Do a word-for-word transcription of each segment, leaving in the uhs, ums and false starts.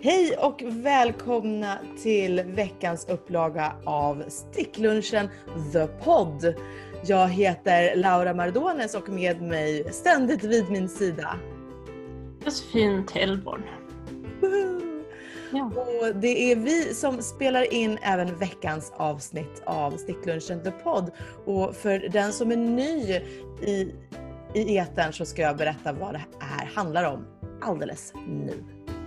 Hej och välkomna till veckans upplaga av Sticklunchen The Pod. Jag heter Laura Mardones och med mig ständigt vid min sida Josefin Tellborn. Ja. Och det är vi som spelar in även veckans avsnitt av Sticklunchen The Pod. Och för den som är ny i, i etern så ska jag berätta vad det här handlar om alldeles nu.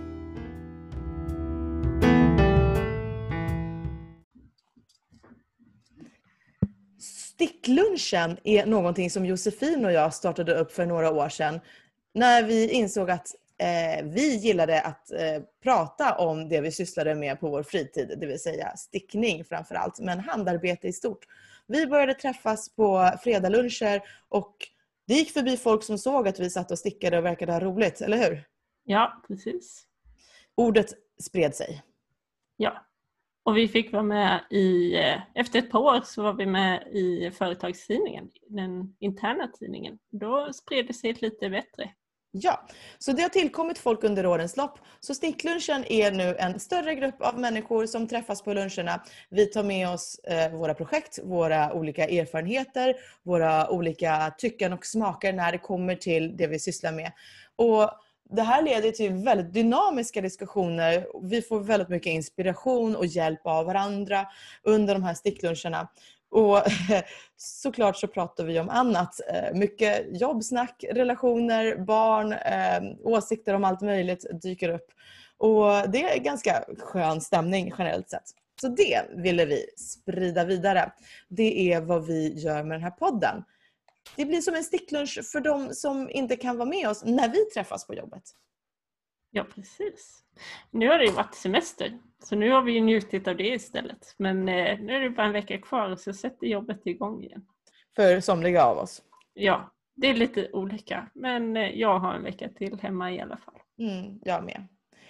Sticklunchen är någonting som Josefin och jag startade upp för några år sedan när vi insåg att eh, vi gillade att eh, prata om det vi sysslade med på vår fritid, det vill säga stickning framförallt, men handarbete i stort. Vi började träffas på fredagsluncher och det gick förbi folk som såg att vi satt och stickade och verkade ha roligt, eller hur? Ja, precis. Ordet spred sig. Ja. Och vi fick vara med i, efter ett par år så var vi med i företagstidningen, den interna tidningen. Då spred det sig lite bättre. Ja, så det har tillkommit folk under årens lopp. Så Sticklunchen är nu en större grupp av människor som träffas på luncherna. Vi tar med oss eh, våra projekt, våra olika erfarenheter, våra olika tycken och smaker när det kommer till det vi sysslar med. Och det här leder till väldigt dynamiska diskussioner. Vi får väldigt mycket inspiration och hjälp av varandra under de här stickluncherna. Och såklart så pratar vi om annat. Mycket jobbsnack, relationer, barn, åsikter om allt möjligt dyker upp. Och det är ganska skön stämning generellt sett. Så det ville vi sprida vidare. Det är vad vi gör med den här podden. Det blir som en sticklunch för de som inte kan vara med oss när vi träffas på jobbet. Ja, precis. Nu har det ju varit semester, så nu har vi ju njutit av det istället. Men eh, nu är det bara en vecka kvar så sätter jobbet igång igen. För somliga av oss. Ja, det är lite olika. Men eh, jag har en vecka till hemma i alla fall. Mm, jag med.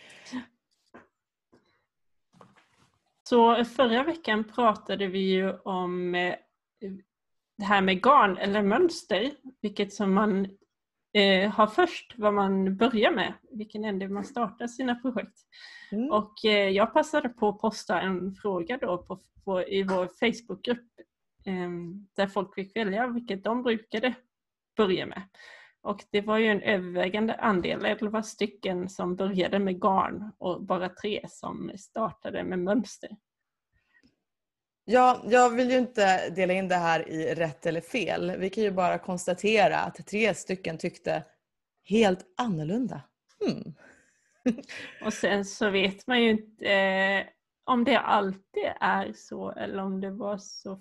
Så förra veckan pratade vi ju om eh, det här med garn eller mönster, vilket som man eh, har först, vad man börjar med, vilken ände man startar sina projekt. Mm. Och eh, jag passade på att posta en fråga då på, på, i vår Facebookgrupp eh, där folk fick välja vilket de brukade börja med. Och det var ju en övervägande andel, elva stycken som började med garn och bara tre som startade med mönster. Ja, jag vill ju inte dela in det här i rätt eller fel. Vi kan ju bara konstatera att tre stycken tyckte helt annorlunda. Hmm. Och sen så vet man ju inte eh, om det alltid är så eller om det var så.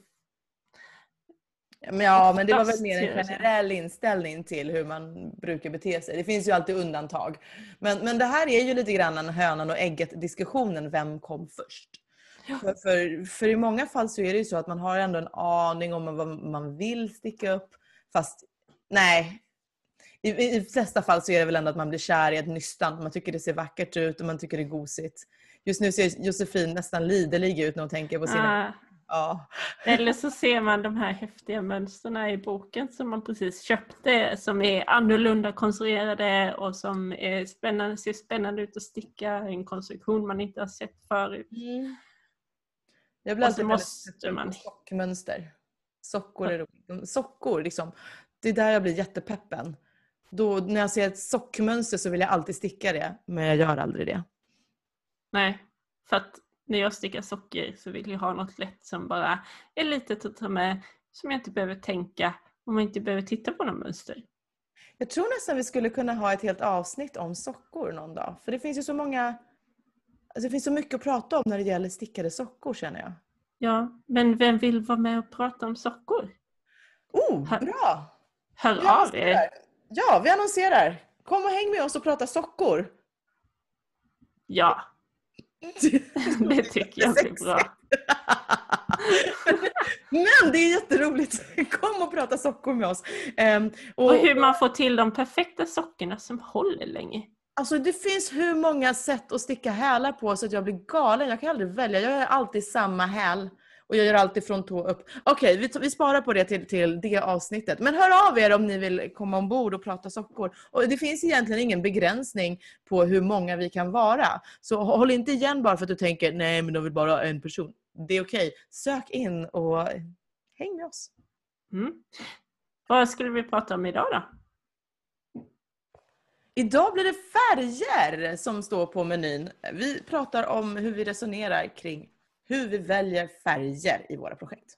Men ja, men det var väl mer en generell inställning till hur man brukar bete sig. Det finns ju alltid undantag. Men, men det här är ju lite grann en hönan och ägget diskussionen. Vem kom först? Ja. För, för, för i många fall så är det ju så att man har ändå en aning om vad man vill sticka upp. Fast nej, i, i, i flesta fall så är det väl ändå att man blir kär i ett nystan. Man tycker det ser vackert ut och man tycker det är gosigt. Just nu ser Josefin nästan liderlig ut när hon tänker på sina... Ah. Ja. Eller så ser man de här häftiga mönsterna i boken som man precis köpte, som är annorlunda konstruerade och som är spännande, ser spännande ut att sticka, en konstruktion man inte har sett förut. Mm. Jag blir alltid måste man sockmönster. Sockor är roligt. Sockor liksom. Det är där jag blir jättepeppen. Då när jag ser ett sockmönster så vill jag alltid sticka det, men jag gör aldrig det. Nej, för att när jag stickar socker så vill jag ha något lätt som bara är litet att ta med, som jag inte behöver tänka, om man inte behöver titta på några mönster. Jag tror nästan vi skulle kunna ha ett helt avsnitt om sockor någon dag. För det finns ju så många, alltså det finns så mycket att prata om när det gäller stickade sockor, känner jag. Ja, men vem vill vara med och prata om sockor? Oh, hör, bra! Hör av er. Ja, vi annonserar. Kom och häng med oss och prata sockor. Ja. Det tycker jag blir bra. Men det är jätteroligt. Kom och prata sockor med oss. Um, och, och hur man får till de perfekta sockorna som håller länge. Alltså det finns hur många sätt att sticka hälar på så att jag blir galen. Jag kan aldrig välja. Jag har alltid samma häl. Och jag gör alltid från tå upp. Okej, vi, vi sparar på det till, till det avsnittet. Men hör av er om ni vill komma ombord och prata sockor. Och det finns egentligen ingen begränsning på hur många vi kan vara. Så håll inte igen bara för att du tänker, nej men de vill bara ha en person. Det är okej. Sök in och häng med oss. Mm. Vad skulle vi prata om idag då? Idag blir det färger som står på menyn. Vi pratar om hur vi resonerar kring hur vi väljer färger i våra projekt.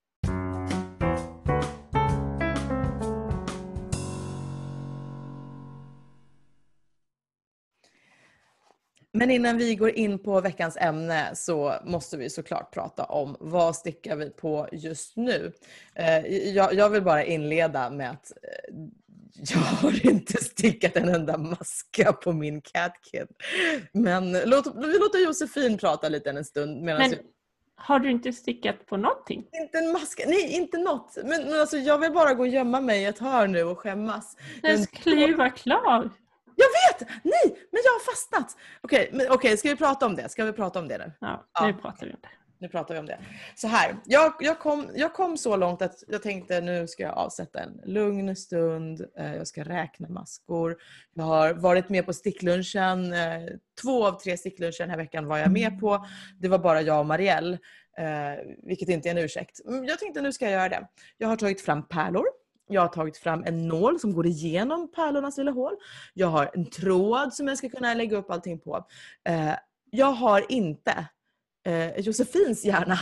Men innan vi går in på veckans ämne så måste vi såklart prata om vad stickar vi på just nu. Jag vill bara inleda med att jag har inte stickat en enda maska på min catkit. Men låt, vi låter Josefin prata lite en stund. Men jag... har du inte stickat på någonting? Inte en maska, nej inte något. Men, men alltså, jag vill bara gå och gömma mig i ett hörn nu och skämmas. Den skulle ju vara klar. Jag vet! Nej, men jag har fastnat. Okej, men okej, ska vi prata om det? Ska vi prata om det nu? Ja, nu ja. pratar vi om det. Nu pratar vi om det. Så här, jag, jag, kom, jag kom så långt att jag tänkte nu ska jag avsätta en lugn stund. Jag ska räkna maskor. Jag har varit med på sticklunchen. Två av tre stickluncher den här veckan var jag med på. Det var bara jag och Marielle, vilket inte är en ursäkt. Jag tänkte nu ska jag göra det. Jag har tagit fram pärlor. Jag har tagit fram en nål som går igenom pärlornas lilla hål. Jag har en tråd som jag ska kunna lägga upp allting på. Jag har inte Eh, Josefins hjärna.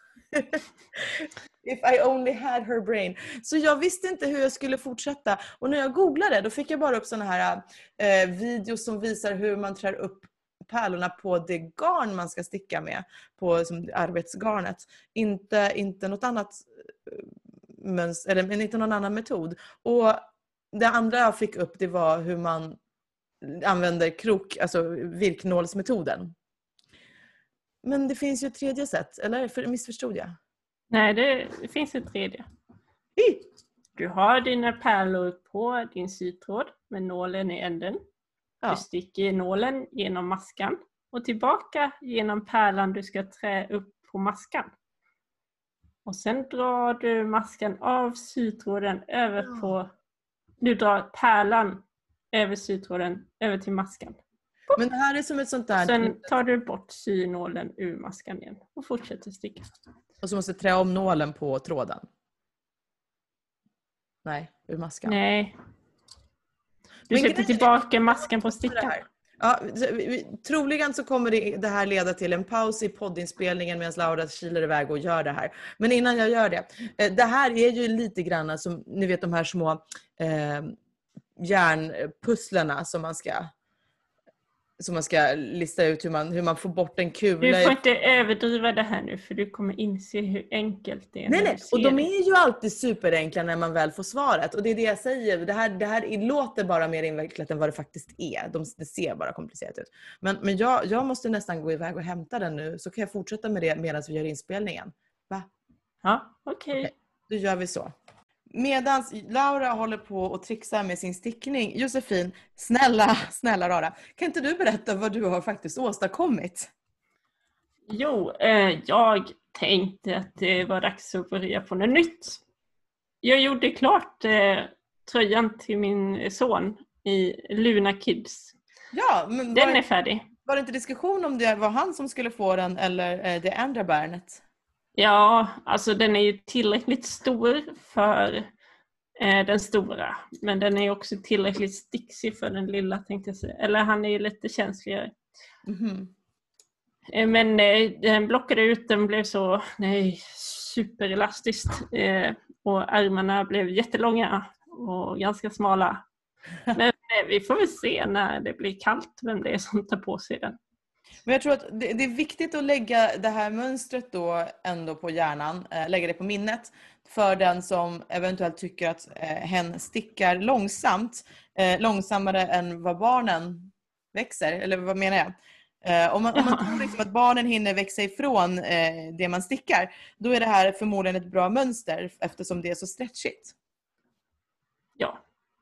If I only had her brain. Så jag visste inte hur jag skulle fortsätta. Och när jag googlade då fick jag bara upp såna här eh, videos som visar hur man trär upp pärlorna på det garn man ska sticka med. På som, arbetsgarnet. Inte, inte något annat mönster, eller inte någon annan metod. Och det andra jag fick upp det var hur man använder krok, alltså virknålsmetoden. Men det finns ju ett tredje sätt, eller för, missförstod jag? Nej, det, det finns ett tredje. I. Du har dina pärlor på din sytråd med nålen i änden. Ja. Du sticker nålen genom maskan och tillbaka genom pärlan du ska trä upp på maskan. Och sen drar du maskan av sytråden över ja. på... Du drar pärlan över sytråden över till maskan. Men det här är som ett sånt där... Sen tar du bort synålen ur maskan igen och fortsätter sticka. Och så måste trä om nålen på tråden? Nej, ur maskan. Nej. Du Men sätter tillbaka maskan på stickan. Ja, troligen så kommer det, det här leda till en paus i poddinspelningen medan Laura kilar iväg och gör det här. Men innan jag gör det. Det här är ju lite grann som, ni vet de här små eh, järnpusslarna som man ska... Så man ska lista ut hur man, hur man får bort en kula. Du får inte överdriva det här nu för du kommer inse hur enkelt det är. Nej, nej. Och de är ju alltid superenkla när man väl får svaret. Och det är det jag säger. Det här, det här låter bara mer invecklat än vad det faktiskt är. De, det ser bara komplicerat ut. Men, men jag, jag måste nästan gå iväg och hämta den nu. Så kan jag fortsätta med det medan vi gör inspelningen. Va? Ja, okej. Okay. Okay, då gör vi så. Medan Laura håller på och trixar med sin stickning. Josefin, snälla, snälla Rara. Kan inte du berätta vad du har faktiskt åstadkommit? Jo, eh, jag tänkte att det var dags att börja på något nytt. Jag gjorde klart eh, tröjan till min son i Luna Kids. Ja, men den var, är färdig. Var det inte diskussion om det var han som skulle få den eller eh, det andra barnet? Ja, alltså den är ju tillräckligt stor för eh, den stora. Men den är också tillräckligt sticksig för den lilla, tänkte jag säga. Eller han är ju lite känsligare. Mm-hmm. Eh, men eh, den blockade ut, den blev så nej, superelastiskt. Eh, och ärmarna blev jättelånga och ganska smala. Men eh, vi får väl se när det blir kallt vem det är som tar på sig den. Men jag tror att det, det är viktigt att lägga det här mönstret då ändå på hjärnan, äh, lägga det på minnet för den som eventuellt tycker att äh, hen stickar långsamt, äh, långsammare än vad barnen växer, eller vad menar jag? Äh, om, man, om man tror liksom att barnen hinner växa ifrån äh, det man stickar, då är det här förmodligen ett bra mönster eftersom det är så stretchigt. Ja,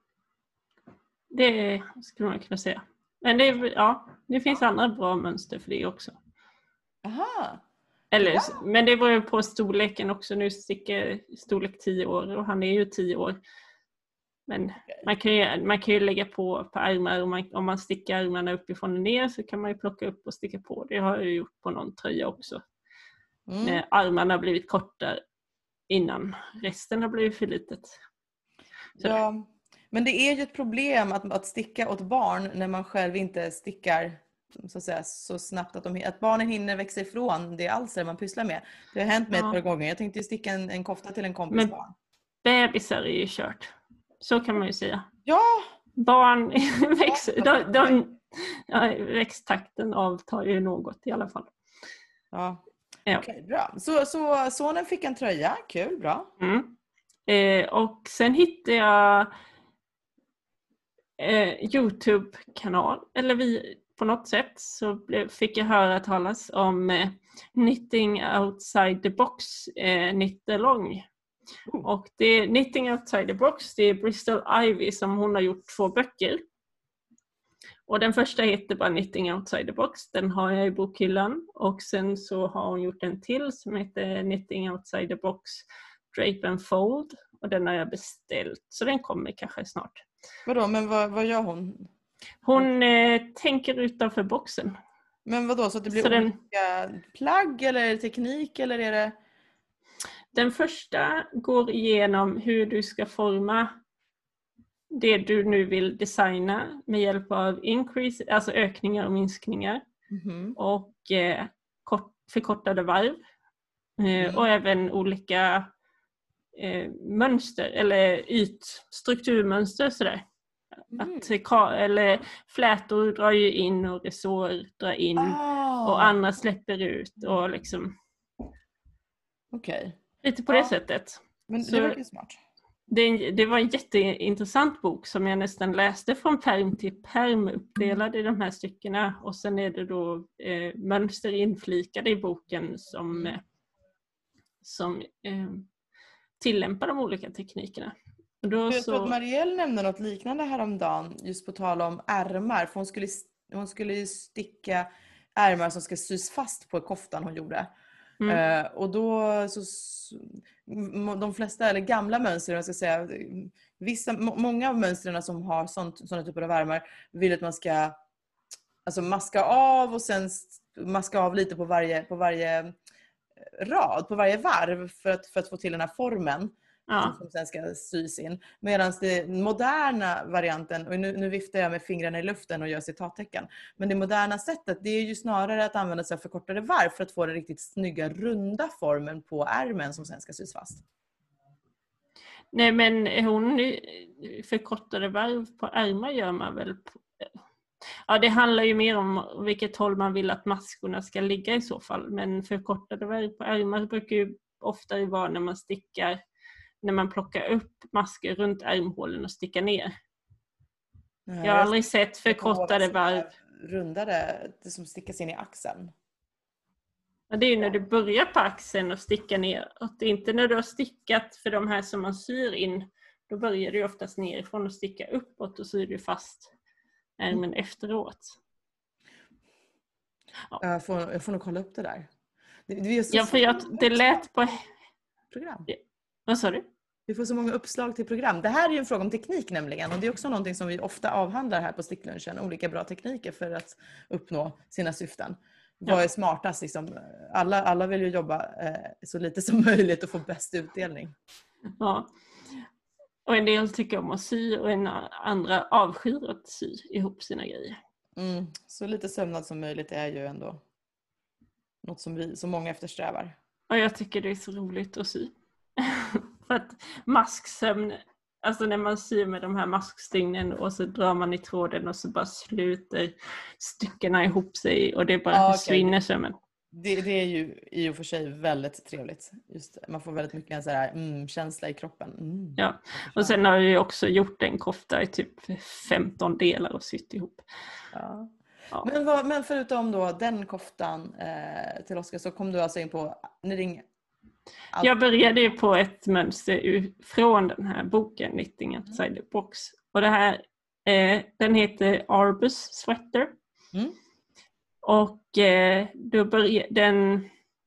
det skulle man kunna säga. Men det, ja, det finns andra bra mönster för det också. Aha. Eller, Ja. Men det beror ju på storleken också. Nu sticker storlek tio år och han är ju tio år. Men man kan ju, man kan ju lägga på på armar. Och man, om man sticker armarna uppifrån och ner så kan man ju plocka upp och sticka på. Det har jag gjort på någon tröja också. Mm. När armarna har blivit korta innan resten har blivit för litet. Så. Ja, men det är ju ett problem att, att sticka åt barn när man själv inte stickar så, att säga, så snabbt att, de, att barnen hinner växa ifrån det alster man pysslar med. Det har hänt mig Ja. ett par gånger. Jag tänkte ju sticka en, en kofta till en kompis Men barn. bebisar är ju kört. Så kan man ju säga. Ja! Barn växer, de, de, ja, växttakten avtar ju något i alla fall. Ja, Ja. okej, bra. Så, så sonen fick en tröja, kul, bra. Mm. Eh, och sen hittade jag eh, YouTube-kanal, eller vi på något sätt så blev, fick jag höra talas om eh, Knitting Outside the Box eh, knit-along. Oh. Och det är Knitting Outside the Box, det är Bristol Ivy som hon har gjort två böcker. Och den första heter bara Knitting Outside the Box, den har jag i bokhyllan. Och sen så har hon gjort en till som heter Knitting Outside the Box Drape and Fold. Och den har jag beställt, så den kommer kanske snart. Vadå, men vad, vad gör hon? Hon eh, tänker utanför boxen. Men vadå, så att det blir Så den- olika plagg eller är det teknik eller är det... Den första går igenom hur du ska forma det du nu vill designa med hjälp av increase, alltså ökningar och minskningar. Mhm. Och eh, kort, förkortade varv. Eh, Mm. Och även olika eh, mönster eller yt, strukturmönster sådär. Mm. Att, ka- eller flätor drar ju in och resår drar in Ah, och andra släpper ut och liksom okej. lite på Ja. det sättet. Men Så- det verkar ju smart. Det, det var en jätteintressant bok som jag nästan läste från pärm till pärm uppdelad i de här styckena. Och sen är det då eh, mönster inflikade i boken som, eh, som eh, tillämpar de olika teknikerna. Och då Jag tror så, att Marielle nämnde något liknande häromdagen just på tal om ärmar. För hon skulle, hon skulle ju sticka ärmar som ska sys fast på koftan hon gjorde. mm, Eh, och då så s- m- de flesta eller gamla mönster, jag ska säga, vissa, må- många av mönstren som har sånt, sådana typer av ärmar vill att man ska alltså maska av och sen s- maska av lite på varje, på varje rad, på varje varv för att, för att få till den här formen. ja, Som sen ska sys in. Medan den moderna varianten, och nu, nu viftar jag med fingrarna i luften och gör citattecken. Men det moderna sättet, det är ju snarare att använda sig av förkortade varv för att få den riktigt snygga runda formen på ärmen som sen ska sys fast. nej men hon förkortade varv på ärmar gör man väl på, ja det handlar ju mer om vilket håll man vill att maskorna ska ligga i så fall. Men förkortade varv på ärmar brukar ju ofta vara när man stickar, när man plockar upp masker runt ärmhålen och stickar ner. Jag har aldrig sett förkortade varv. Rundade, det som stickas in i axeln. Ja, det är ju när du börjar på axeln och stickar ner. Och det är inte när du har stickat, för de här som man syr in, då börjar du oftast nerifrån och sticka uppåt och syr du fast ärmen mm. efteråt. Ja. Jag, får, jag får nog kolla upp det där. Det, det är så ja, för jag, det lät på... program. Ja. Vad sa du? Vi får så många uppslag till program. Det här är ju en fråga om teknik nämligen. Och det är också någonting som vi ofta avhandlar här på Sticklunchen. Olika bra tekniker för att uppnå sina syften. Ja. Vad är smartast? Liksom? Alla, alla vill ju jobba eh, så lite som möjligt och få bäst utdelning. Ja. Och en del tycker om att sy och en andra avskyr att sy ihop sina grejer. Mm. Så lite sömnad som möjligt är ju ändå något som, vi, som många eftersträvar. Och jag tycker det är så roligt att sy. För att masksömn, alltså när man syr med de här maskstygnen och så drar man i tråden och så bara sluter styckena ihop sig och det bara ah, okay. försvinner sömmen. Det, det är ju i och för sig väldigt trevligt. Just, man får väldigt mycket en så här, mm, känsla i kroppen. Mm. Ja, och sen har jag också gjort en kofta i typ femton delar och sytt ihop. Ja. Ja. Men, vad, men förutom då den koftan eh, till Oskar så kom du alltså in på knitting. Allt. Jag började ju på ett mönster från den här boken Knitting Outside the Box. Och det här, eh, den heter Arbus Sweater. Mm. Och eh, då började den,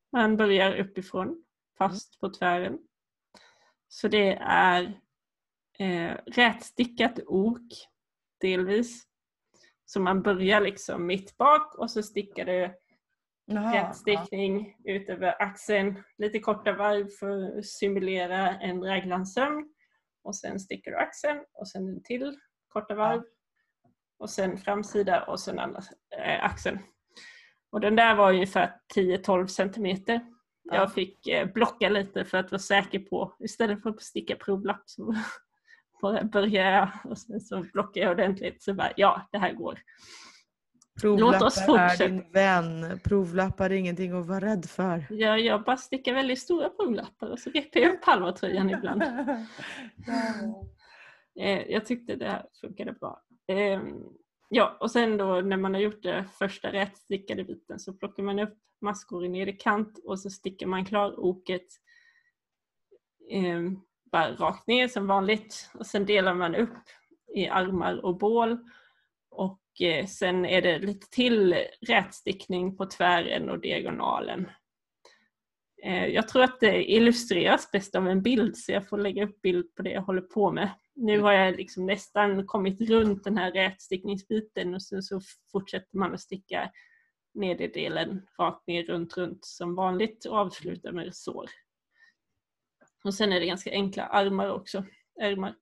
Man börjar uppifrån, fast på tvären. Så det är eh, rätstickat ok, delvis. Så man börjar liksom mitt bak och så stickar du rätstickning ja. ut över axeln. Lite korta varv för att simulera en raglansömn. Och sen stickar du axeln och sen en till korta varv. Ja. Och sen framsida och sen andra äh, axeln. Och den där var ungefär tio till tolv centimeter. Ja. Jag fick eh, blocka lite för att vara säker på. Istället för att sticka provlapp så bara började jag. Och sen så blockade jag ordentligt. Så bara, ja, det här går. Låt oss fortsätta. Är din vän. Provlappar är ingenting att vara rädd för. Ja, jag bara stickar väldigt stora provlappar. Och så repar jag upp halva tröjan ibland. Ja. eh, jag tyckte det här funkade bra. Eh, Ja, och sen då när man har gjort det första rätstickade biten så plockar man upp maskor i nederkant och så stickar man klar oket eh, bara rakt ner som vanligt. Och sen delar man upp i armar och bål. Och eh, sen är det lite till rätstickning på tvären och diagonalen. Eh, jag tror att det illustreras bäst av en bild så jag får lägga upp bild på det jag håller på med. Nu har jag liksom nästan kommit runt den här rätstickningsbiten och sen så fortsätter man att sticka nederdelen rakt ner runt runt som vanligt och avsluta med sår. Och sen är det ganska enkla armar också, ärmar.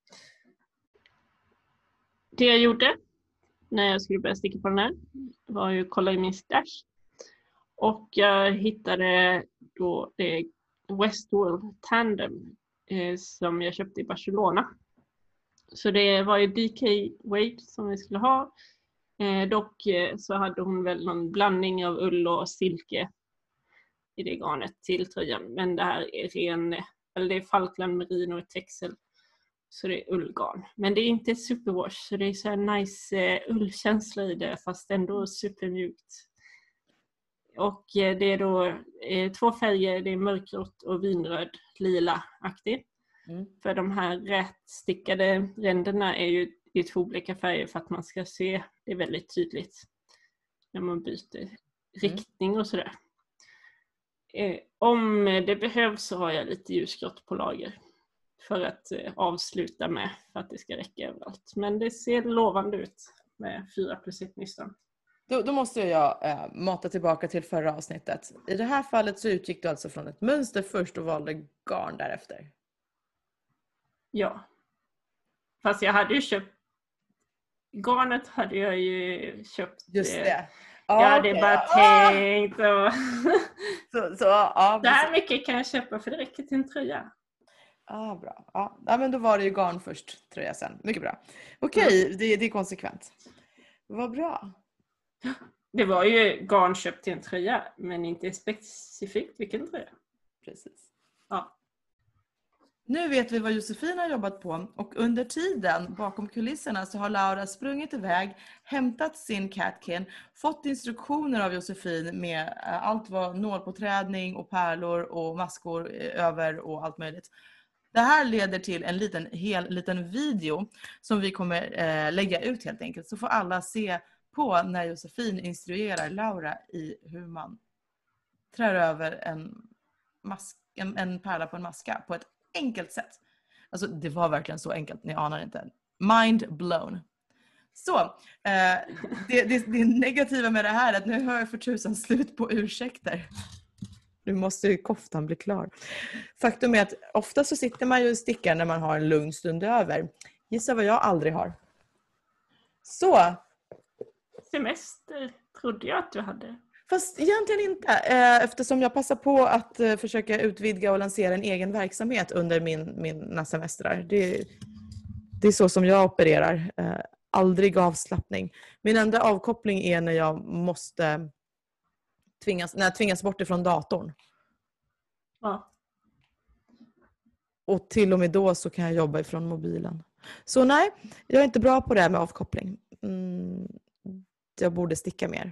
Det jag gjorde när jag skulle börja sticka på den här var ju att kolla i min stash. Och jag hittade då det Westworld Tandem eh, som jag köpte i Barcelona. Så det var ju D K weight som vi skulle ha. Eh, dock eh, så hade hon väl någon blandning av ull och silke i det garnet till tröjan. Men det här är ren, eller det är Falkland Merino och texel. Så det är ullgarn. Men det är inte superwash så det är så här nice eh, ullkänsla i det fast ändå supermjukt. Och eh, det är då eh, två färger, det är mörkgrått och vinröd, lila-aktig. Mm. För de här rätstickade ränderna är ju i två olika färger för att man ska se det väldigt tydligt när man byter mm. riktning och sådär. Eh, om det behövs så har jag lite ljusgrått på lager för att eh, avsluta med för att det ska räcka överallt. Men det ser lovande ut med fyra plus ett nystan. Då, då måste jag eh, mata tillbaka till förra avsnittet. I det här fallet så utgick du alltså från ett mönster först och valde garn därefter. Ja. Fast jag hade ju köpt garnet hade jag ju köpt. Just det. Ah, jag hade okay. bara ah. tänkt. Och så, så, ah, det här mycket kan jag köpa för det räcker till en tröja. Ah, bra. Ah, ja, men då var det ju garn först, tröja sen. Mycket bra. Okej, okay, mm. det, det är konsekvent. Vad bra. Det var ju garn köpt till en tröja, men inte specifikt vilken tröja. Precis. Ja. Nu vet vi vad Josefin har jobbat på och under tiden bakom kulisserna så har Laura sprungit iväg, hämtat sin catkin, fått instruktioner av Josefin med allt vad nålpåträdning och pärlor och maskor över och allt möjligt. Det här leder till en liten, hel, liten video som vi kommer eh, lägga ut helt enkelt. Så får alla se på när Josefin instruerar Laura i hur man trär över en, mask, en, en pärla på en maska på ett enkelt sätt. Alltså det var verkligen så enkelt, ni anar inte. Mind blown. Så, eh, det, det, det negativa med det här är att nu hör jag för tusan slut på ursäkter. Nu måste ju koftan bli klar. Faktum är att ofta så sitter man ju och stickar när man har en lugn stund över. Gissa vad jag aldrig har. Så. Semester trodde jag att du hade. Fast egentligen inte. Eftersom jag passar på att försöka utvidga och lansera en egen verksamhet under min, mina semestrar. Det, det är så som jag opererar. Aldrig avslappning. Min enda avkoppling är när jag måste tvingas, när jag tvingas bort ifrån datorn. Ja. Och till och med då så kan jag jobba ifrån mobilen. Så nej, jag är inte bra på det här med avkoppling. Mm, jag borde sticka mer.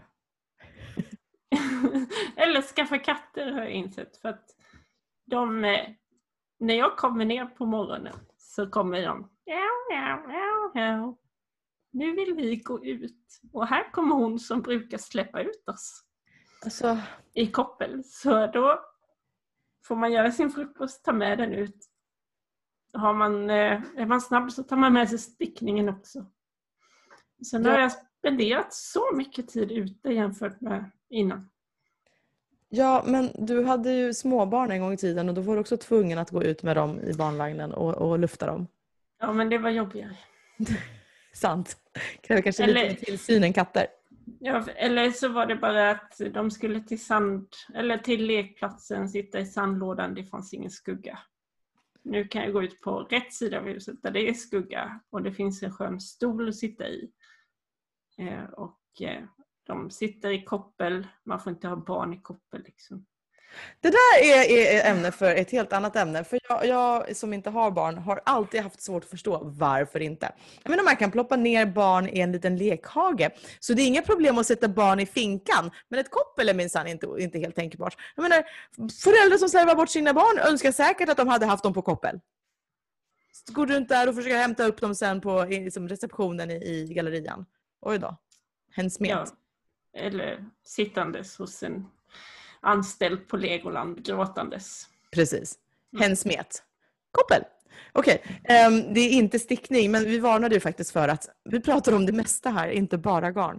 Eller skaffa katter har jag insett. För att de, när jag kommer ner på morgonen så kommer de. Ja, ja, ja, ja. Nu vill vi gå ut. Och här kommer hon som brukar släppa ut oss. Alltså... i koppel. Så då får man göra sin frukost, ta med den ut. Har man, eh, är man snabb så tar man med sig stickningen också. Så nu Ja. har jag spenderat så mycket tid ute jämfört med innan. Ja, men du hade ju småbarn en gång i tiden och då var du också tvungen att gå ut med dem i barnvagnen och, och lufta dem. Ja, men det var jobbigare. Sant. Kräver kanske Eller- lite mer tillsyn än katter. Ja, eller så var det bara att de skulle till sand eller till lekplatsen, sitta i sandlådan, det fanns ingen skugga. Nu kan jag gå ut på rätt sida av huset där det är skugga och det finns en skön stol att sitta i. Eh, och eh, de sitter i koppel, man får inte ha barn i koppel liksom. Det där är, är, är ämne för ett helt annat ämne. För jag, jag som inte har barn har alltid haft svårt att förstå varför inte. Jag menar, man kan ploppa ner barn i en liten lekhage. Så det är inga problem att sätta barn i finkan. Men ett koppel är minsann inte, inte helt tänkbart. Jag menar, föräldrar som slarvar bort sina barn önskar säkert att de hade haft dem på koppel. Så går du runt där och försöker hämta upp dem sen på i, liksom receptionen i, i gallerian. Oj då. Hen smet. Ja, eller sittandes hos en anställd på Legoland gråtandes. Precis. Hen smet. Koppel. Okej, okay. um, det är inte stickning, men vi varnade ju faktiskt för att vi pratar om det mesta här, inte bara garn.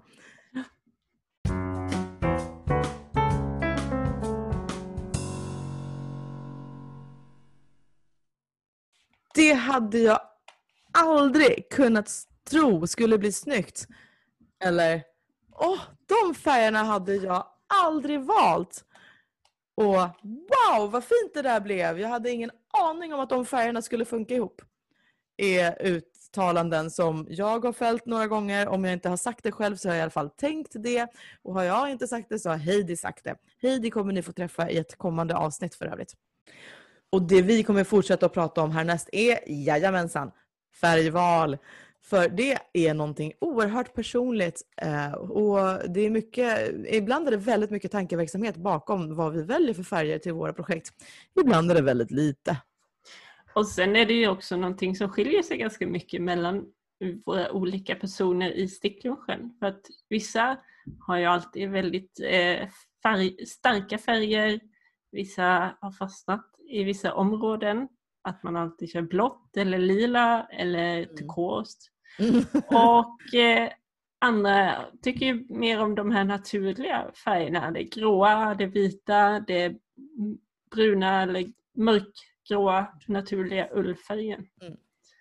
Det hade jag aldrig kunnat tro skulle bli snyggt. Eller, åh, de färgerna hade jag aldrig valt. Och wow, vad fint det där blev. Jag hade ingen aning om att de färgerna skulle funka ihop. Är uttalanden som jag har fällt några gånger. Om jag inte har sagt det själv så har jag i alla fall tänkt det. Och har jag inte sagt det så har Heidi sagt det. Heidi kommer ni få träffa i ett kommande avsnitt för övrigt. Och det vi kommer fortsätta att prata om härnäst är, jajamensan, färgval. För det är någonting oerhört personligt eh, och det är mycket, ibland är det väldigt mycket tankeverksamhet bakom vad vi väljer för färger till våra projekt. Ibland är det väldigt lite. Och sen är det ju också någonting som skiljer sig ganska mycket mellan våra olika personer i sticklunchen. För att vissa har ju alltid väldigt eh, färg, starka färger, vissa har fastnat i vissa områden. Att man alltid kör blått eller lila eller turkost. Mm. Och eh, andra tycker ju mer om de här naturliga färgerna. Det gråa, det vita, det bruna eller mörkgråa naturliga ullfärgen. Mm.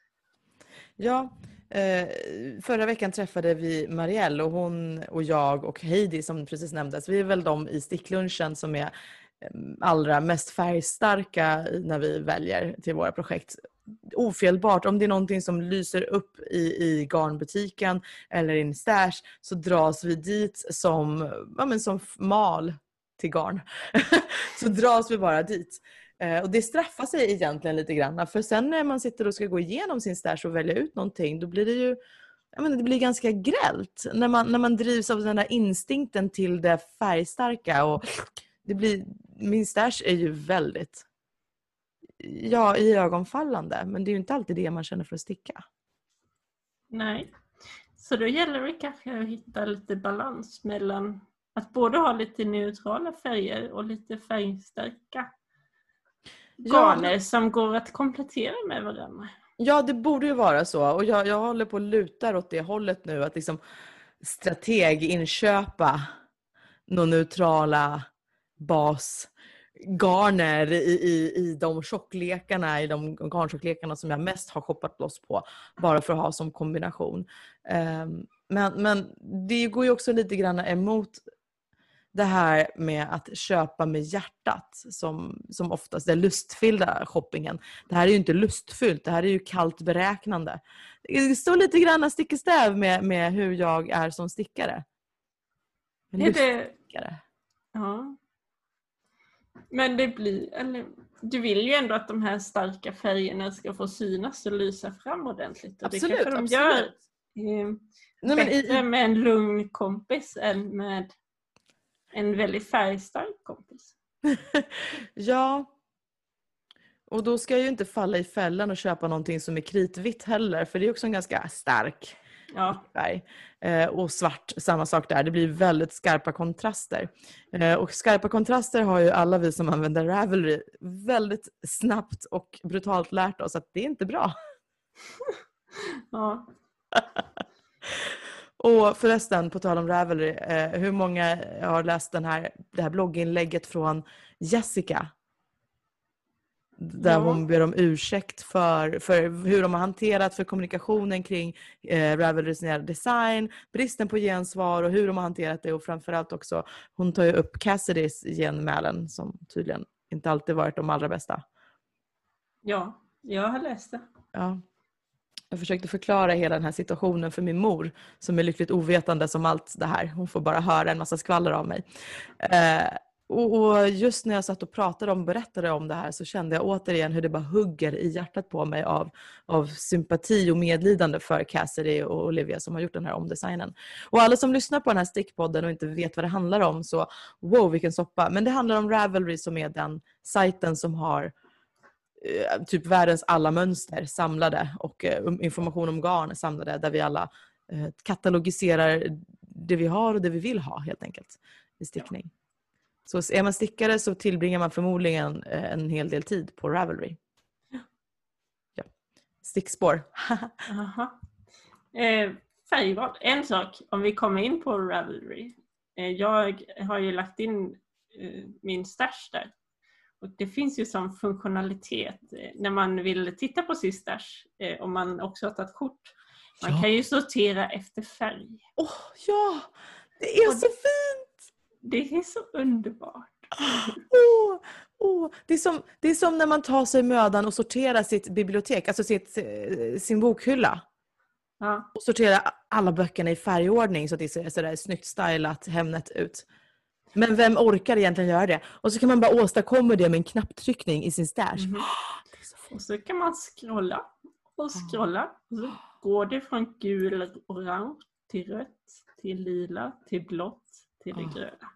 Ja, eh, förra veckan träffade vi Marielle och hon och jag och Heidi som precis nämndes. Vi är väl de i sticklunchen som är allra mest färgstarka när vi väljer till våra projekt. Ofelbart, om det är någonting som lyser upp i, i garnbutiken eller i en stash så dras vi dit som, ja, men som mal till garn. Så dras vi bara dit. Eh, och det straffar sig egentligen lite grann. För sen när man sitter och ska gå igenom sin stash och välja ut någonting, då blir det ju, jag menar, det blir ganska grällt. När man, när man drivs av den där instinkten till det färgstarka och det blir, min stash är ju väldigt, ja, i ögonfallande. Men det är ju inte alltid det man känner för att sticka. Nej. Så då gäller det kanske att hitta lite balans mellan att både ha lite neutrala färger och lite färgstarka garner ja, som går att komplettera med varandra. Ja, det borde ju vara så. Och jag, jag håller på att luta åt det hållet nu. Att liksom strateginköpa några neutrala basgarner i, i, i de tjocklekarna, i de garntjocklekarna som jag mest har shoppat loss på. Bara för att ha som kombination. Um, men, men det går ju också lite grann emot det här med att köpa med hjärtat som, som oftast är lustfyllda shoppingen. Det här är ju inte lustfyllt, det här är ju kallt beräknande. Det står lite grann stick i stäv med, med hur jag är som stickare. Är det... Ja. Men det blir, eller, du vill ju ändå att de här starka färgerna ska få synas och lysa fram ordentligt. Och absolut, det kanske de absolut. gör eh, Nej, bättre men i... med en lugn kompis än med en väldigt färgstark kompis. Ja. Och då ska jag ju inte falla i fällan och köpa någonting som är kritvitt heller. För det är också en ganska stark Ja. färg. Eh, och svart, samma sak där. Det blir väldigt skarpa kontraster. Eh, och skarpa kontraster har ju alla vi som använder Ravelry väldigt snabbt och brutalt lärt oss att det är inte bra. Ja. Och förresten, på tal om Ravelry, eh, hur många har läst den här, det här blogginlägget från Jessica? Där Ja. hon ber om ursäkt för, för hur de har hanterat för kommunikationen kring eh, Ravelrys nya design, bristen på gensvar och hur de har hanterat det. Och framförallt också, hon tar ju upp Cassidys genmälen som tydligen inte alltid varit de allra bästa. Ja, jag har läst det. Ja. Jag försökte förklara hela den här situationen för min mor som är lyckligt ovetande som allt det här. Hon får bara höra en massa skvaller av mig. Eh, och, och just när jag satt och pratade om berättade om det här så kände jag återigen hur det bara hugger i hjärtat på mig av, av sympati och medlidande för Cassidy och Olivia som har gjort den här omdesignen. Och alla som lyssnar på den här stickpodden och inte vet vad det handlar om så wow vilken soppa. Men det handlar om Ravelry som är den sajten som har typ världens alla mönster samlade och information om garn samlade där vi alla katalogiserar det vi har och det vi vill ha helt enkelt i stickning. Så är man stickare så tillbringar man förmodligen en hel del tid på Ravelry. Ja. Stickspår. Aha. Eh, färgval. En sak om vi kommer in på Ravelry. Eh, jag har ju lagt in eh, min stash där. Och det finns ju som funktionalitet när man vill titta på sin stash eh, om man också har tagit kort. Man ja. kan ju sortera efter färg. Åh, oh, ja! Det är och så det, fint! Det är så underbart. Oh, oh. Det, är som, det är som när man tar sig mödan och sorterar sitt bibliotek, alltså sitt, sin bokhylla. Ja. Och sortera alla böckerna i färgordning så att det ser sådär snyggt stylat Hemnet ut. Men vem orkar egentligen göra det? Och så kan man bara åstadkomma det med en knapptryckning i sin stash. Mm-hmm. Oh, så och så kan man scrolla och scrolla. Och så går det från gul, orange till rött, till lila, till blått, till det oh. gröna.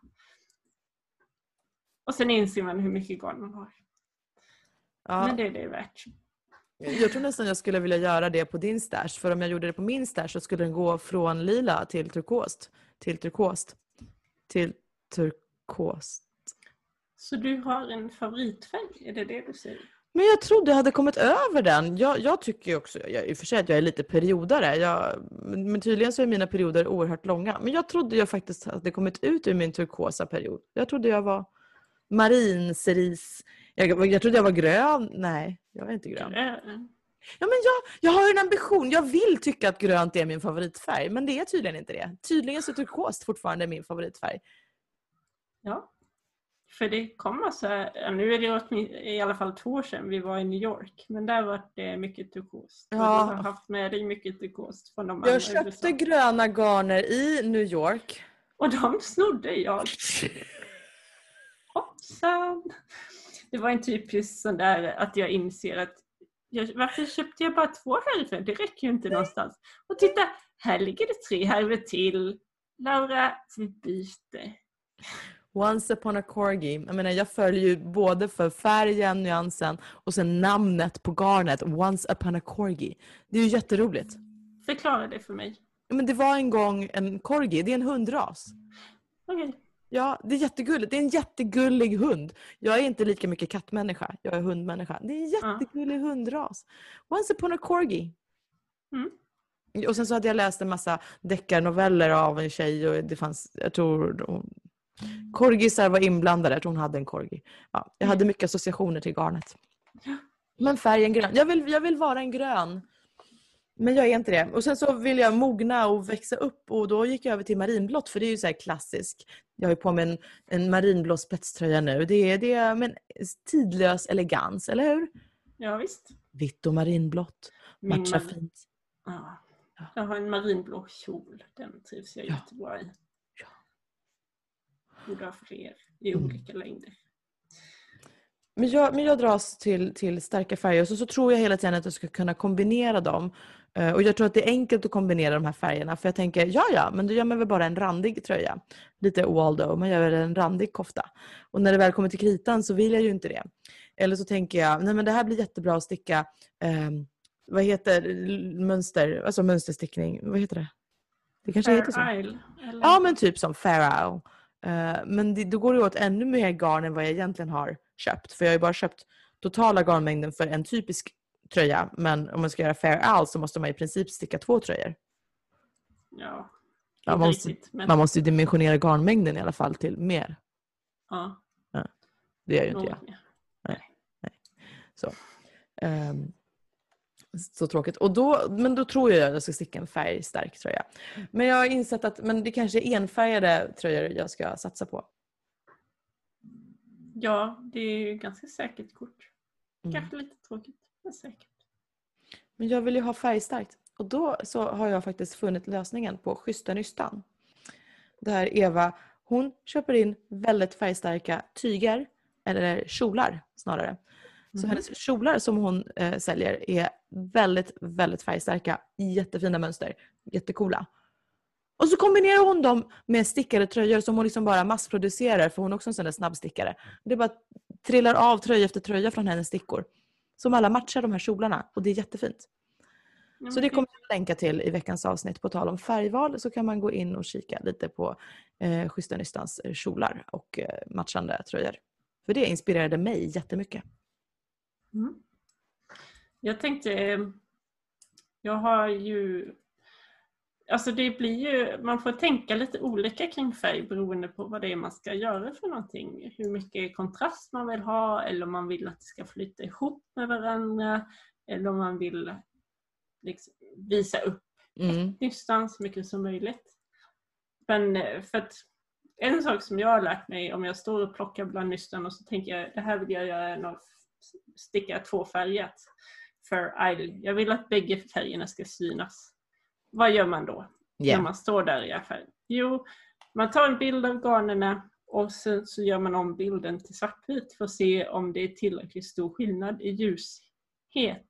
Och sen inser man hur mycket garn man har. Ja. Men det är det värt. Jag tror nästan jag skulle vilja göra det på din stash. För om jag gjorde det på min stash så skulle den gå från lila till turkost. Till turkost. Till turkost. Så du har en favoritfärg? Är det det du säger? Men jag trodde jag hade kommit över den. Jag, jag tycker också, jag, i och för sig att jag är lite periodare. Jag, men tydligen så är mina perioder oerhört långa. Men jag trodde jag faktiskt hade kommit ut ur min turkosa period. Jag trodde jag var marinceris. Jag, jag trodde jag var grön. Nej, jag är inte grön. grön. Ja, men jag, jag har en ambition. Jag vill tycka att grönt är min favoritfärg. Men det är tydligen inte det. Tydligen så är turkost fortfarande min favoritfärg. Ja. För det kommer så här, nu är det i alla fall två år sedan vi var i New York. Men där var det mycket turkost. Ja. Och du har haft med dig mycket turkost från de andra. Jag köpte U S A. Gröna garner i New York. Och de snodde jag. Hoppsan. Det var en typisk sån där att jag inser att jag, varför köpte jag bara två härvor? Det räcker ju inte någonstans. Och titta, här ligger det tre härvor till. Laura, vi byter. Once upon a corgi. Jag menar, jag följer ju både för färgen, nyansen och sen namnet på garnet. Once upon a corgi. Det är ju jätteroligt. Förklara det för mig. Men det var en gång en corgi. Det är en hundras. Okej. Okay. Ja, det är jättegulligt. Det är en jättegullig hund. Jag är inte lika mycket kattmänniska. Jag är hundmänniska. Det är en jättegullig uh. hundras. Once upon a corgi. Mm. Och sen så hade jag läst en massa deckarnoveller av en tjej. Och det fanns, jag tror... Korgisar var inblandade. Jag tror hon hade en korgi. Ja, jag hade mycket associationer till garnet. Men färgen grön. Jag vill, jag vill vara en grön. Men jag är inte det. Och sen så vill jag mogna och växa upp. Och då gick jag över till marinblått. För det är ju så här klassisk. Jag har ju på mig en, en marinblå spetströja nu. Det är, det är men tidlös elegans, eller hur? Ja, visst. Vitt och marinblått. Matchar mar- fint. Ja. Jag har en marinblå kjol. Den trivs jag ja. jättebra i. Ja. Borde ha fler i mm. olika längder. Men jag, men jag dras till, till starka färger. Så, så tror jag hela tiden att jag ska kunna kombinera dem. Uh, och jag tror att det är enkelt att kombinera de här färgerna. För jag tänker, ja ja, men då gör man väl bara en randig tröja. Lite Waldo, man gör väl en randig kofta. Och när det väl kommer till kritan så vill jag ju inte det. Eller så tänker jag, nej men det här blir jättebra att sticka um, vad heter mönster, alltså mönsterstickning, vad heter det? Det kanske Fair heter så. Isle, eller? Ja, men typ som Fair Isle. Uh, men det, då går det åt ännu mer garn än vad jag egentligen har köpt. För jag har ju bara köpt totala garnmängden för en typisk tröja. Men om man ska göra Fair Isle så måste man i princip sticka två tröjor. Ja, man måste, riktigt, men... man måste ju dimensionera garnmängden i alla fall till mer. Ja. Ja, det gör ju inte jag. Mer. Nej, nej. Så. Um, så tråkigt. Och då, men då tror jag att jag ska sticka en färgstark tröja. Men jag har insett att men det kanske är enfärgade tröjor jag ska satsa på. Ja, det är ju ganska säkert kort. Mm. Kanske lite tråkigt, men säkert. Men jag vill ju ha färgstarkt. Och då så har jag faktiskt funnit lösningen på Schyssta Nystan. Där Eva, hon köper in väldigt färgstarka tyger. Eller kjolar snarare. Så Mm. hennes kjolar som hon eh, säljer är väldigt, väldigt färgstarka. Jättefina mönster. Jättekola. Och så kombinerar hon dem med stickade tröjor som hon liksom bara massproducerar. För hon är också en sån där snabbstickare. Det bara trillar av tröja efter tröja från hennes stickor. Som alla matchar de här kjolarna. Och det är jättefint. Mm. Så det kommer jag länka till i veckans avsnitt. På tal om färgval så kan man gå in och kika lite på eh, Schyssta Nystans kjolar och eh, matchande tröjor. För det inspirerade mig jättemycket. Mm. Jag tänkte, jag har ju, alltså det blir ju, man får tänka lite olika kring färg beroende på vad det är man ska göra för någonting. Hur mycket kontrast man vill ha, eller om man vill att det ska flytta ihop med varandra, eller om man vill liksom visa upp Mm. nystan så mycket som möjligt. Men för att en sak som jag har lärt mig, om jag står och plockar bland nystan och så tänker jag, det här vill jag göra en av sticka tvåfärgat för Isle. Jag vill att bägge färgerna ska synas. Vad gör man då? Yeah. När man står där i affären? Jo, man tar en bild av garnerna och sen så gör man om bilden till svartvit för att se om det är tillräckligt stor skillnad i ljushet.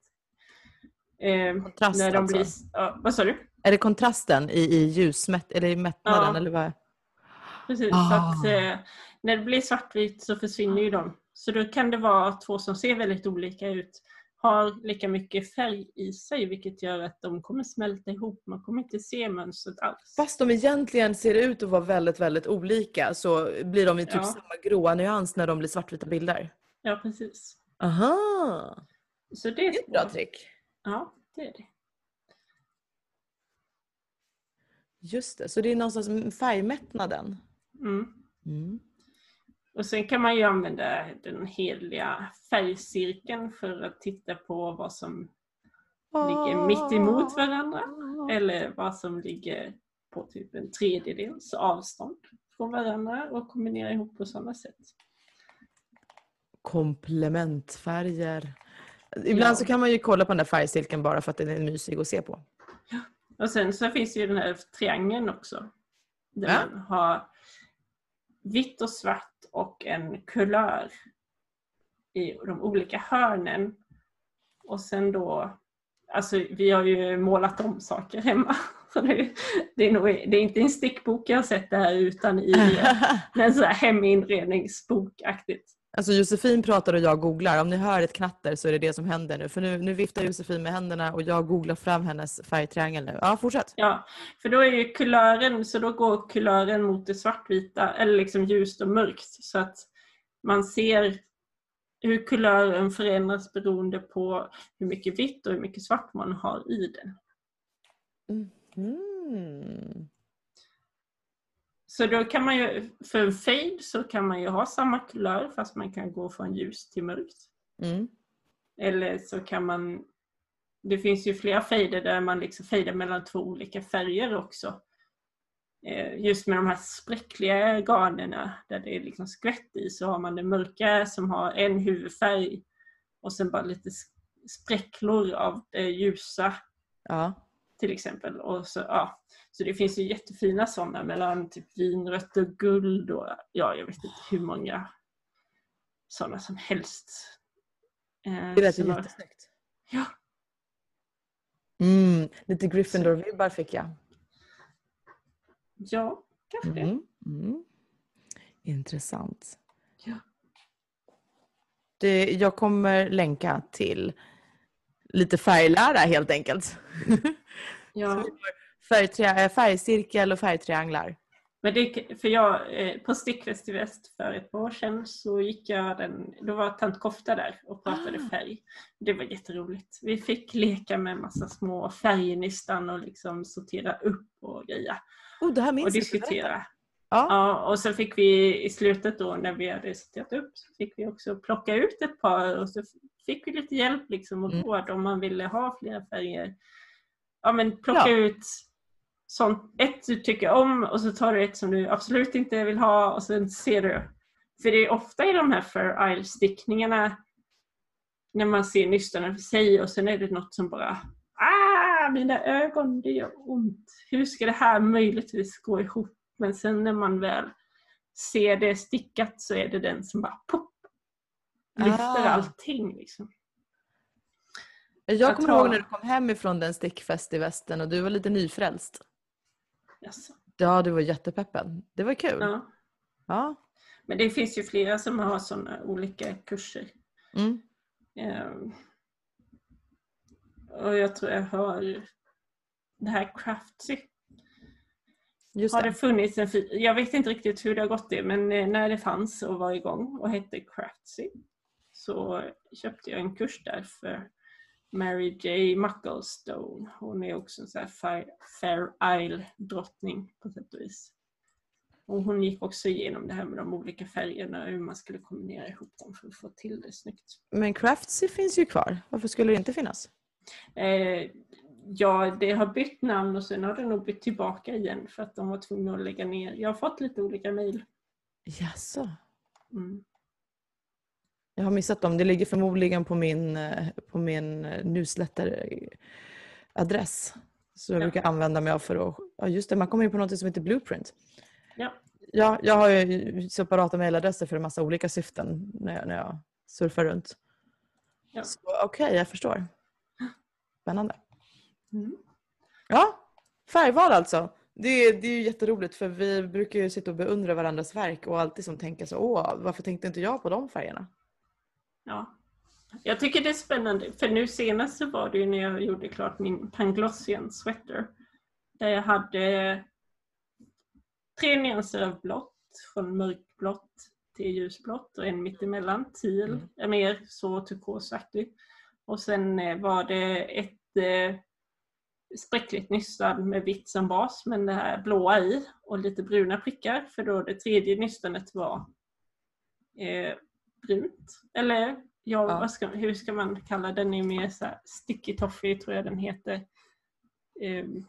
Eh, Kontrast när de alltså? Blir, ja, vad sa du? Är det kontrasten i, i ljusmätt eller i mättnaden? Ja, eller vad? Precis. Ah. Så att, eh, när det blir svartvitt så försvinner ju de. Så då kan det vara två som ser väldigt olika ut. Har lika mycket färg i sig, vilket gör att de kommer smälta ihop. Man kommer inte se mönstret alls. Fast de egentligen ser ut att vara väldigt, väldigt olika så blir de i typ Ja. samma gråa nyans när de blir svartvita bilder. Ja, precis. Aha! Så det är ett bra trick. Ja, det är det. Just det, så det är någonstans färgmättnaden. Mm. Mm. Och sen kan man ju använda den heliga färgcirkeln för att titta på vad som oh. ligger mitt emot varandra. Eller vad som ligger på typ en tredjedels avstånd från varandra och kombinera ihop på sådana sätt. Komplementfärger. Ibland ja. så kan man ju kolla på den där färgcirkeln bara för att den är mysig att se på. Ja. Och sen så finns ju den här triangeln också. Där ja. man har vitt och svart och en kulör i de olika hörnen. Och sen då, alltså vi har ju målat om saker hemma. Så det, det, är nog, det är inte en stickbok jag har sett det här utan i en sån här heminredningsbokaktigt. Alltså Josefin pratar och jag googlar. Om ni hör ett knatter så är det det som händer nu. För nu, nu viftar Josefin med händerna och jag googlar fram hennes färgtriangel nu. Ja, fortsätt. Ja, för då är ju kulören, så då går kulören mot det svartvita eller liksom ljust och mörkt. Så att man ser hur kulören förändras beroende på hur mycket vitt och hur mycket svart man har i den. Mm. Så då kan man ju, för en fade så kan man ju ha samma kulör fast man kan gå från ljus till mörkt. Mm. Eller så kan man, det finns ju flera fader där man liksom fader mellan två olika färger också. Just med de här spräckliga garnerna där det är liksom skvätt i så har man det mörka som har en huvudfärg och sen bara lite spräcklor av det ljusa. Ja. Till exempel. Och så, ja. Så det finns ju jättefina sådana mellan typ vinrött och guld och ja, jag vet inte hur många sådana som helst. Eh, det lät ju var... jättesnyggt. Ja. Mm, lite Gryffindor-vibbar fick jag. Ja, kanske mm, mm. Intressant. Ja. Det, jag kommer länka till lite färglära helt enkelt. Ja. Så vi har färgtri- färgcirkel och färgtrianglar. Men det, för jag, på Stickfest i Väst för ett år sedan så gick jag den, då var tant Kofta där och pratade Ah. färg. Det var jätteroligt. Vi fick leka med massa små färgnystan och liksom sortera upp och greja. Oh, det här minns och diskutera. Ja. Ja, och så fick vi i slutet då när vi hade sorterat upp så fick vi också plocka ut ett par och så fick vi lite hjälp liksom och råd mm. om man ville ha flera färger. Ja, men plocka ja. ut sånt, ett du tycker om och så tar du ett som du absolut inte vill ha och sen ser du. För det är ofta i de här Fair Isle-stickningarna när man ser nystarna för sig och sen är det något som bara ah, mina ögon, det gör ont. Hur ska det här möjligtvis gå ihop? Men sen när man väl ser det stickat så är det den som bara pop, lyfter ah. allting liksom. Jag kommer ihåg när du kom hem ifrån den stickfest i Västern och du var lite nyfrälst. Yes. Ja, du var jättepeppen. Det var kul. Ja. Ja. Men det finns ju flera som har sådana olika kurser. Mm. Um, och jag tror jag har det här Craftsy. Just har det. det funnits en jag vet inte riktigt hur det har gått det, men när det fanns och var igång och hette Craftsy så köpte jag en kurs där för Mary J. Mucklestone. Hon är också en sån här Fair Isle-drottning på sätt och vis. Och hon gick också igenom det här med de olika färgerna och hur man skulle kombinera ihop dem för att få till det snyggt. Men Craftsy finns ju kvar. Varför skulle det inte finnas? Eh, ja, det har bytt namn och sen har det nog bytt tillbaka igen för att de var tvungna att lägga ner. Jag har fått lite olika mejl. Jaså? Mm. Jag har missat dem. Det ligger förmodligen på min, på min newsletter-adress. Så jag ja. brukar använda mig av för att... Ja, just det. Man kommer in på något som heter Blueprint. Ja. Ja, jag har ju separata mejladresser för en massa olika syften när jag, när jag surfar runt. Ja. Okej, okay, jag förstår. Spännande. Mm. Ja, färgval alltså. Det, det är ju jätteroligt för vi brukar ju sitta och beundra varandras verk och alltid som tänker så, åh, varför tänkte inte jag på de färgerna? Ja, jag tycker det är spännande. För nu senast så var det ju när jag gjorde klart min Panglossian sweater. Där jag hade tre nyanser av blått. Från mörkblått till ljusblått. Och en mittemellan. Teal mm. är mer så turkosaktig. Och sen var det ett eh, spräckligt nystan med vitt som bas. Men det här blåa i. Och lite bruna prickar. För då det tredje nystanet var... Eh, brunt. Eller ja, ja. Vad ska, hur ska man kalla den? Är mer så här sticky toffee tror jag den heter. Um,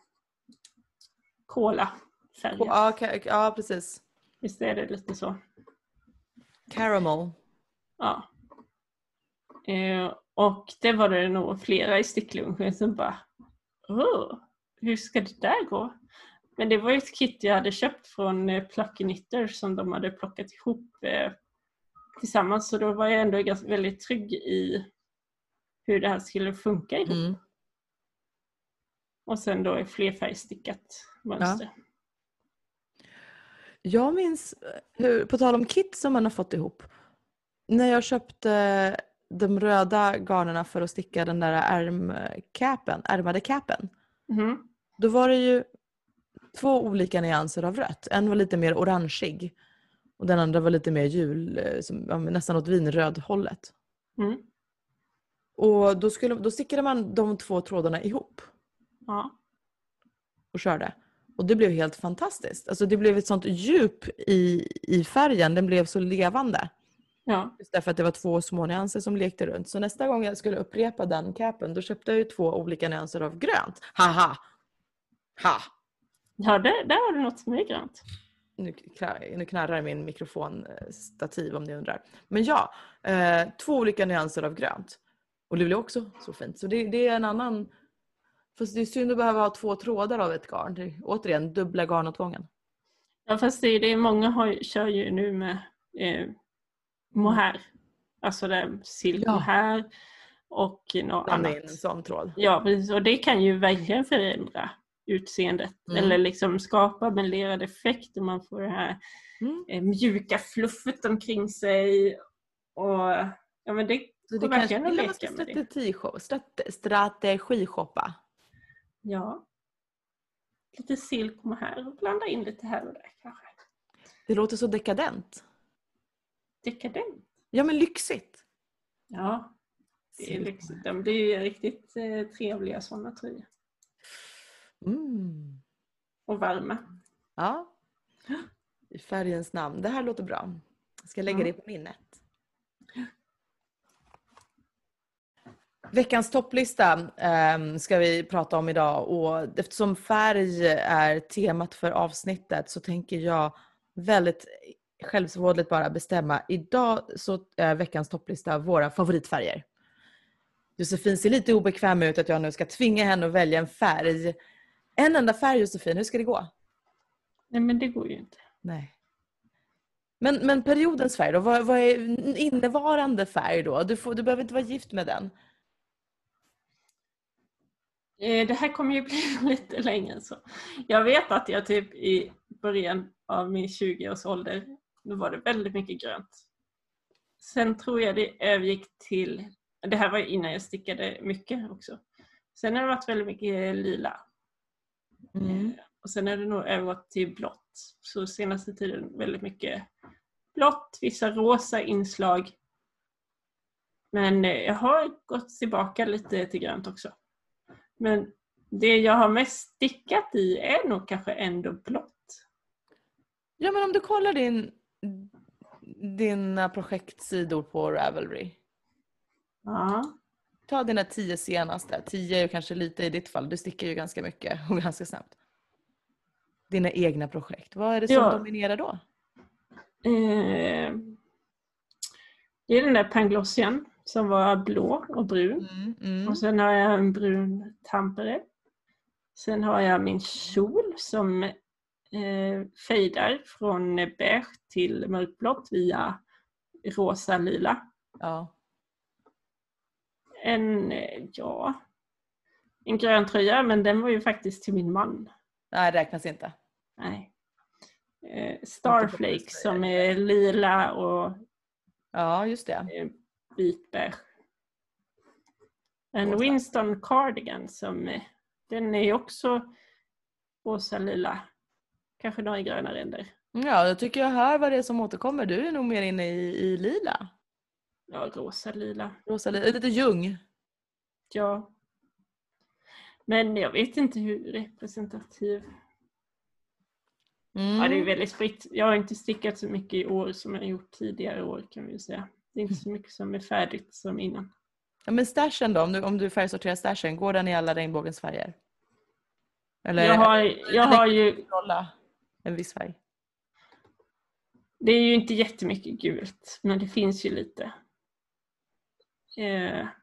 Cola färg. Ja, ja, precis. Visst är det lite så. Caramel. Ja. Uh, och det var det nog flera i sticklunchen som bara oh, hur ska det där gå? Men det var ju ett kit jag hade köpt från uh, Plucky Knitter som de hade plockat ihop uh, tillsammans, så då var jag ändå ganska väldigt trygg i hur det här skulle funka ihop. Mm. Och sen då är flerfärgstickat mönster. Ja. Jag minns, hur, på tal om kit som man har fått ihop, när jag köpte de röda garnerna för att sticka den där ärmcapen, ärmade capen. Mm. Då var det ju två olika nyanser av rött. En var lite mer orangeig. Och den andra var lite mer jul, som, nästan åt vinröd-hållet. Mm. Och då, skulle, då stickade man de två trådarna ihop. Ja. Och körde. Och det blev helt fantastiskt. Alltså det blev ett sånt djup i, i färgen. Den blev så levande. Ja. Just därför att det var två små nyanser som lekte runt. Så nästa gång jag skulle upprepa den capen, då köpte jag ju två olika nyanser av grönt. Haha! Ha! Ja, där, där har du något som är grönt. Nu, nu knarrar min mikrofonstativ om ni undrar. Men ja, eh, två olika nyanser av grönt. Och det blir också så fint. Så det, det är en annan... Fast det är synd att behöva ha två trådar av ett garn. Det är, återigen, dubbla garn åt gången. Ja, fast det är det. Många har, kör ju nu med eh, mohair. Alltså det är silk ja. mohair och något Blanda annat. In en sån tråd. Ja, precis. Och det kan ju verkligen förändra utseendet. Mm. Eller liksom skapa melerad effekt och man får det här mm. eh, mjuka fluffet omkring sig. Och ja, men det, Så får det kanske verkligen att är man ska leka med det. strategishoppa. Strate, strategishoppa. Ja. Lite sill kommer här och blanda in lite här och där kanske. Det låter så dekadent. Dekadent. Ja, men lyxigt. Ja, det är lyxigt. De blir ju riktigt eh, trevliga sådana tröjor. Mm. Och varma. Ja. I färgens namn. Det här låter bra. Jag ska lägga Mm. det på minnet. Veckans topplista eh, ska vi prata om idag. Och eftersom färg är temat för avsnittet så tänker jag väldigt självsvådligt bara bestämma. Idag så är veckans topplista våra favoritfärger. Josefin ser lite obekväm ut att jag nu ska tvinga henne att välja en färg. En enda färg, Josefin, hur ska det gå? Nej, men det går ju inte. Nej. Men, men periodens färg då? Vad, vad är innevarande färg då? Du, får, du behöver inte vara gift med den. Eh, det här kommer ju bli lite längre så. Jag vet att jag typ i början av min tjugo-årsålder, då var det väldigt mycket grönt. Sen tror jag det övergick till, det här var innan jag stickade mycket också. Sen har det varit väldigt mycket lila. Mm. Eh, och sen är det nog övergått till blått. Så senaste tiden väldigt mycket blått, vissa rosa inslag. Men eh, jag har gått tillbaka lite till grönt också. Men det jag har mest stickat i är nog kanske ändå blått. Ja, men om du kollar din dina projektsidor på Ravelry. Ja. Ta dina tio senaste. Tio är ju kanske lite i ditt fall. Du stickar ju ganska mycket och ganska snabbt. Dina egna projekt. Vad är det som Ja. dominerar då? Eh, det är den där Panglossian som var blå och brun. Mm, mm. Och sen har jag en brun tampere. Sen har jag min kjol som eh, fejdar från beige till mörkblått via rosa lila. Ja. En, eh, ja, en grön tröja, men den var ju faktiskt till min man. Nej, det räknas inte. Nej. Eh, Starflake som är lila och Ja, just det. eh, vitbeige. En Rosa. Winston Cardigan som eh, den är också rosa lila. Kanske några gröna ränder. Ja, jag tycker jag hör vad det är som återkommer. Du är nog mer inne i, i lila. Ja, rosa lila. Rosa lila. Lite ljung. Ja. Men jag vet inte hur representativ. Mm. Ja, det är väldigt spritt. Jag har inte stickat så mycket i år som jag gjort tidigare år kan vi säga. Det är inte så mycket som är färdigt som innan. Ja, men stashen då? Om du, om du färgsorterar stashen, går den i alla regnbågens färger? Eller Jag har, jag har ju... Rolla en viss färg? Det är ju inte jättemycket gult, men det finns ju lite. Eh,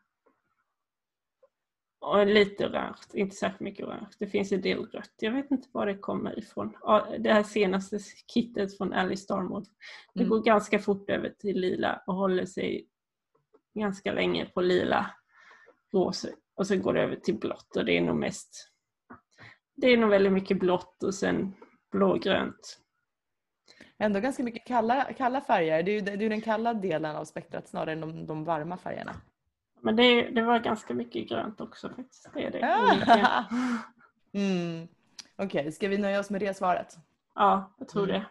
och lite orange, inte särskilt mycket orange. Det finns en del rött. Jag vet inte var det kommer ifrån. Det här senaste kittet från Alice Starmore. Det Mm. går ganska fort över till lila och håller sig ganska länge på lila, rosa. Och sen går det över till blått och det är nog mest... Det är nog väldigt mycket blått och sen blågrönt. Ändå ganska mycket kalla, kalla färger. Det är ju det är ju den kalla delen av spektrat snarare än de, de varma färgerna. Men det, det var ganska mycket grönt också faktiskt. Det är det. Ah. Mm. Okej, okay, ska vi nöja oss med det svaret? Ja, jag tror Mm. det.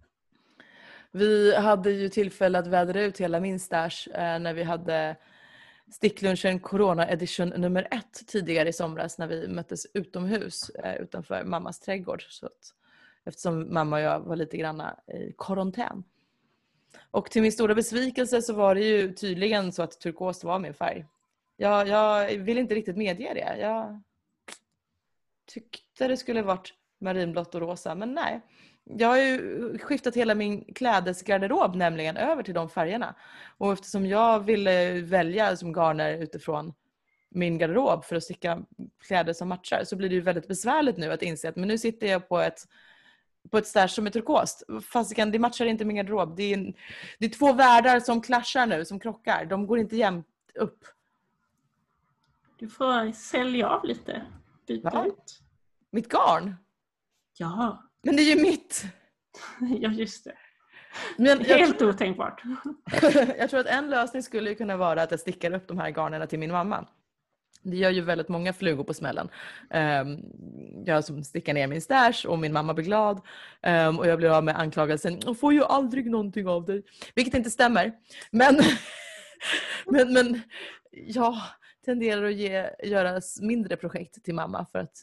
Vi hade ju tillfälle att vädra ut hela min stash eh, när vi hade sticklunchen Corona edition nummer ett tidigare i somras när vi möttes utomhus eh, utanför mammas trädgård. Så att, eftersom mamma och jag var lite granna i karantän. Och till min stora besvikelse så var det ju tydligen så att turkos var min färg. Jag, jag vill inte riktigt medge det. Jag tyckte det skulle varit marinblått och rosa, men nej. Jag har ju skiftat hela min klädesgarderob nämligen över till de färgerna. Och eftersom jag ville välja som garner utifrån min garderob för att sticka kläder som matchar så blir det ju väldigt besvärligt nu att inse att men nu sitter jag på ett på ett stash som är turkost. Fasiken, det matchar inte min garderob. Det är, en, det är två världar som klaschar nu, som krockar. De går inte jämnt upp. Du får sälja av lite. Byta Va? ut. Mitt garn? Ja. Men det är ju mitt. Ja, just det. Men helt tror, otänkbart. Jag tror att en lösning skulle kunna vara att jag stickar upp de här garnerna till min mamma. Det gör ju väldigt många flugor på smällen. Um, jag som stickar ner min stash och min mamma blir glad. Um, och jag blir av med anklagelsen. Jag får ju aldrig någonting av dig. Vilket inte stämmer. Men, men, men jag tenderar att ge, göra mindre projekt till mamma. För att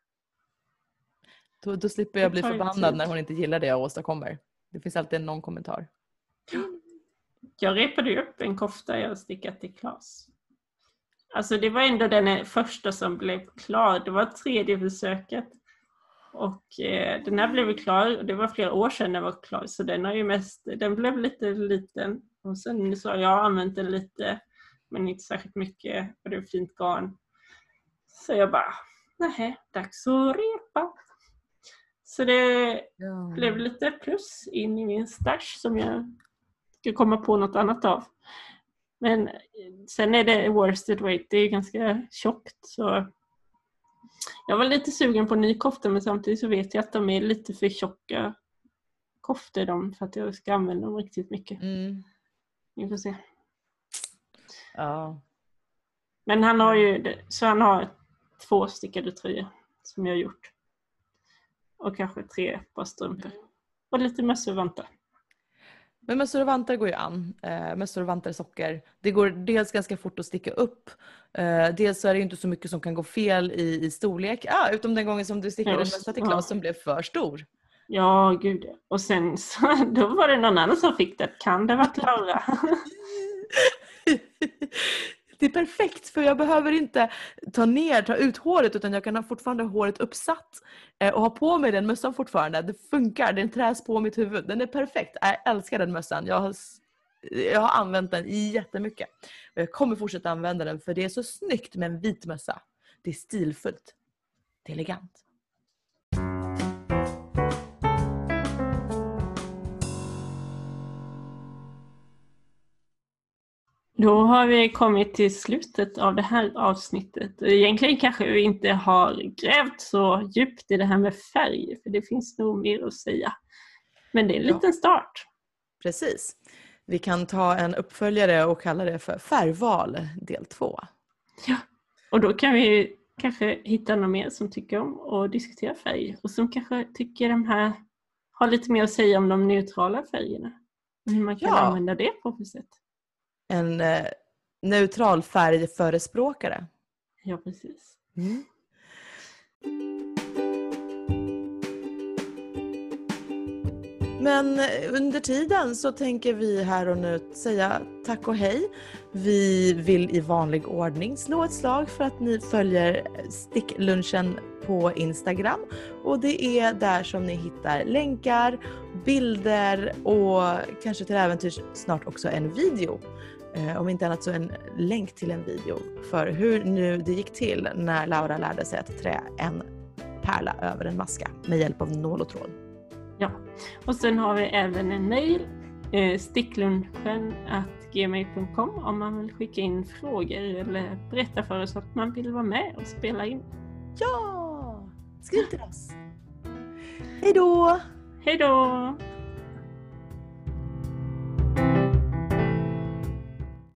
då, då slipper jag bli förbannad när hon inte gillar det jag åstadkommer. Det finns alltid någon kommentar. Jag repade ju upp en kofta jag stickat till Claes. Alltså det var ändå den första som blev klar. Det var tredje försöket. Och eh, den här blev klar. Och det var flera år sedan den var klar. Så den har ju mest, den blev lite liten. Och sen så har jag använt den lite. Men inte särskilt mycket. Och det är fint garn. Så jag bara, nej, dags att repa. Så det ja. blev lite plus in i min stash som jag ska komma på något annat av. Men sen är det worsted weight, det är ganska tjockt. Så jag var lite sugen på ny kofta, men samtidigt så vet jag att de är lite för tjocka koftor de, för att jag ska använda dem riktigt mycket. Mm. Vi får se. Ja. Men han har ju, så han har två stickade tröjor som jag har gjort. Och kanske tre par strumpor. Och lite mössor och vantar. Men mössor och vantar går ju an. Eh, mössor och vantar socker. Det går dels ganska fort att sticka upp. Eh, dels så är det inte så mycket som kan gå fel i, i storlek. Ah, utom den gången som du stickade en mössa till Claes som blev för stor. Ja, gud. Och sen så, då var det någon annan som fick det. Kan det vara Laura? Det är perfekt, för jag behöver inte ta ner, ta ut håret, utan jag kan ha fortfarande håret uppsatt eh, och ha på mig den mössan fortfarande. Det funkar, den träs på mitt huvud. Den är perfekt. Jag älskar den mössan. Jag har, jag har använt den jättemycket. Och jag kommer fortsätta använda den, för det är så snyggt med en vit mössa. Det är stilfullt. Det är elegant. Då har vi kommit till slutet av det här avsnittet. Egentligen kanske vi inte har grävt så djupt i det här med färg, för det finns nog mer att säga. Men det är en liten start. Precis. Vi kan ta en uppföljare och kalla det för färgval del två. Ja, och då kan vi kanske hitta någon mer som tycker om att diskutera färg. Och som kanske tycker de här har lite mer att säga om de neutrala färgerna. Och hur man kan ja. använda det på för sätt. En eh, neutral färgförespråkare. Ja, precis. Mm. Men under tiden så tänker vi här och nu säga tack och hej. Vi vill i vanlig ordning slå ett slag för att ni följer Sticklunchen på Instagram. Och det är där som ni hittar länkar, bilder och kanske till äventyrs snart också en video. Om inte annat så en länk till en video för hur nu det gick till när Laura lärde sig att trä en pärla över en maska med hjälp av nål och tråd. Ja, och sen har vi även en mejl, eh, sticklunchen at gmail punkt com, om man vill skicka in frågor eller berätta för oss att man vill vara med och spela in. Ja, skriv till oss. Hej då! Hej då!